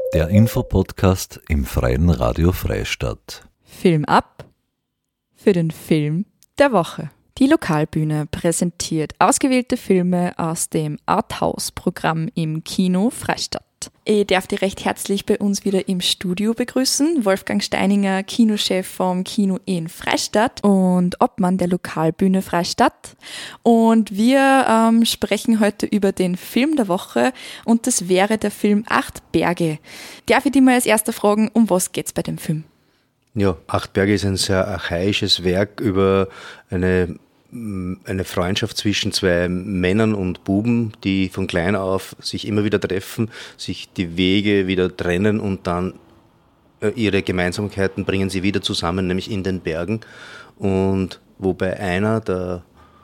Der Infopodcast im Freien Radio Freistadt. Film ab für den Film der Woche. Die Lokalbühne präsentiert ausgewählte Filme aus dem Arthouse-Programm im Kino Freistadt. Ich darf dich recht herzlich bei uns wieder im Studio begrüßen. Wolfgang Steininger, Kinochef vom Kino in Freistadt und Obmann der Lokalbühne Freistadt. Und wir sprechen heute über den Film der Woche und das wäre der Film Acht Berge. Darf ich dich mal als erster fragen, um was geht's bei dem Film? Ja, Acht Berge ist ein sehr archaisches Werk über eine Freundschaft zwischen zwei Männern und Buben, die von klein auf sich immer wieder treffen, sich die Wege wieder trennen und dann ihre Gemeinsamkeiten bringen sie wieder zusammen, nämlich in den Bergen. Und wobei einer, der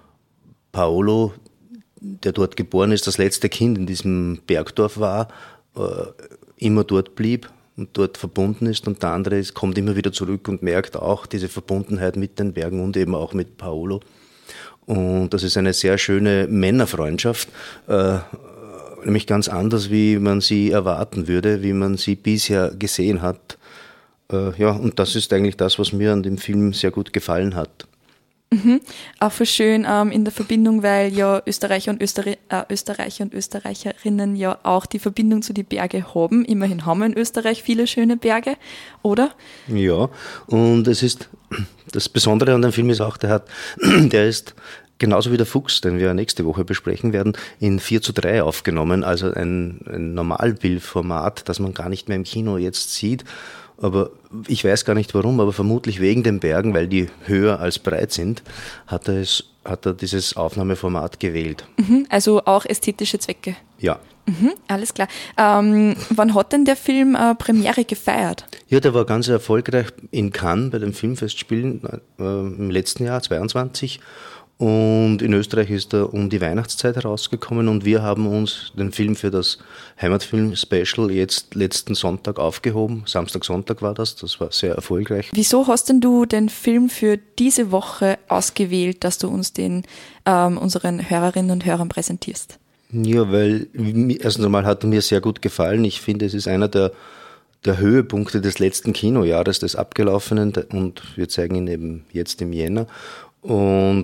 Paolo, der dort geboren ist, das letzte Kind in diesem Bergdorf war, immer dort blieb und dort verbunden ist, und der andere kommt immer wieder zurück und merkt auch diese Verbundenheit mit den Bergen und eben auch mit Paolo. Und das ist eine sehr schöne Männerfreundschaft, nämlich ganz anders, wie man sie erwarten würde, wie man sie bisher gesehen hat. Und das ist eigentlich das, was mir an dem Film sehr gut gefallen hat. Auch voll schön in der Verbindung, weil ja Österreicher und Österreicherinnen ja auch die Verbindung zu den Bergen haben. Immerhin haben wir in Österreich viele schöne Berge, oder? Ja, und das Besondere an dem Film ist auch, der ist genauso wie der Fuchs, den wir nächste Woche besprechen werden, in 4:3 aufgenommen, also ein Normalbildformat, das man gar nicht mehr im Kino jetzt sieht. Aber ich weiß gar nicht warum, aber vermutlich wegen den Bergen, weil die höher als breit sind, hat er dieses Aufnahmeformat gewählt. Also auch ästhetische Zwecke? Ja. Alles klar. Wann hat denn der Film Premiere gefeiert? Ja, der war ganz erfolgreich in Cannes bei den Filmfestspielen im letzten Jahr, 2022. Und in Österreich ist er um die Weihnachtszeit herausgekommen und wir haben uns den Film für das Heimatfilm-Special jetzt letzten Sonntag aufgehoben. Samstag, Sonntag war das war sehr erfolgreich. Wieso hast denn du den Film für diese Woche ausgewählt, dass du uns den unseren Hörerinnen und Hörern präsentierst? Ja, weil erstens einmal hat er mir sehr gut gefallen. Ich finde, es ist einer der Höhepunkte des letzten Kinojahres, des abgelaufenen, und wir zeigen ihn eben jetzt im Jänner. Und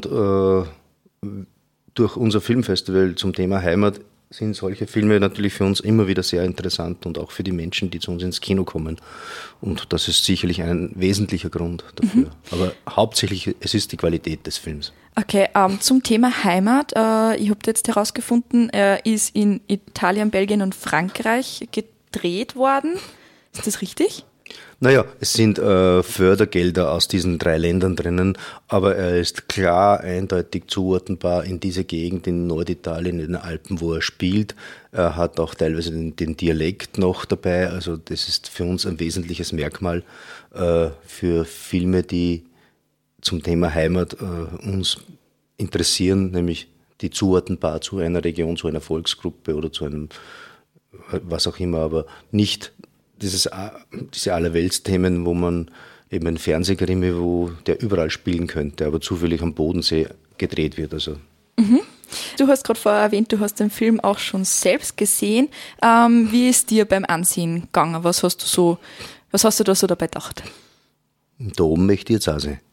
durch unser Filmfestival zum Thema Heimat sind solche Filme natürlich für uns immer wieder sehr interessant und auch für die Menschen, die zu uns ins Kino kommen. Und das ist sicherlich ein wesentlicher Grund dafür. Aber hauptsächlich, es ist die Qualität des Films. Okay, zum Thema Heimat. Ich habe jetzt herausgefunden, er ist in Italien, Belgien und Frankreich gedreht worden. Ist das richtig? Naja, es sind Fördergelder aus diesen 3 Ländern drinnen, aber er ist klar eindeutig zuordnenbar in diese Gegend in Norditalien, in den Alpen, wo er spielt. Er hat auch teilweise den Dialekt noch dabei, also das ist für uns ein wesentliches Merkmal für Filme, die zum Thema Heimat uns interessieren, nämlich die zuordnenbar zu einer Region, zu einer Volksgruppe oder zu einem was auch immer, aber nicht diese Allerweltsthemen, wo man eben ein Fernsehkrimi, der überall spielen könnte, aber zufällig am Bodensee gedreht wird. Also. Du hast gerade vorher erwähnt, du hast den Film auch schon selbst gesehen. Wie ist dir beim Ansehen gegangen? Was hast du da so dabei gedacht? Da oben möchte ich jetzt auch sein.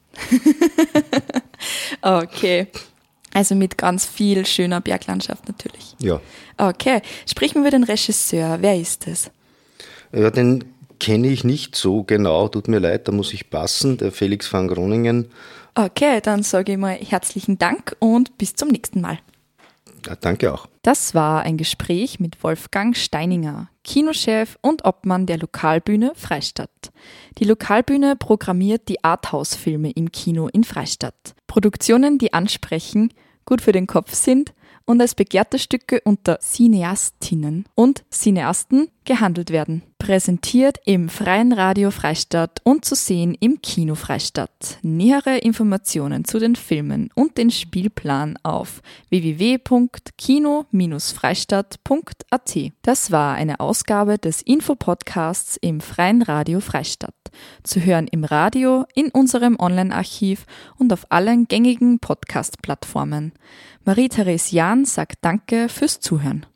Okay. Also mit ganz viel schöner Berglandschaft natürlich. Ja. Okay. Sprechen wir über den Regisseur. Wer ist das? Ja, den kenne ich nicht so genau, tut mir leid, da muss ich passen, der Felix van Groningen. Okay, dann sage ich mal herzlichen Dank und bis zum nächsten Mal. Ja, danke auch. Das war ein Gespräch mit Wolfgang Steininger, Kinochef und Obmann der Lokalbühne Freistadt. Die Lokalbühne programmiert die Arthouse-Filme im Kino in Freistadt. Produktionen, die ansprechen, gut für den Kopf sind und als begehrte Stücke unter Cineastinnen und Cineasten gehandelt werden. Präsentiert im Freien Radio Freistadt und zu sehen im Kino Freistadt. Nähere Informationen zu den Filmen und den Spielplan auf www.kino-freistadt.at. Das war eine Ausgabe des Infopodcasts im Freien Radio Freistadt. Zu hören im Radio, in unserem Online-Archiv und auf allen gängigen Podcast-Plattformen. Marie-Therese Jahn sagt Danke fürs Zuhören.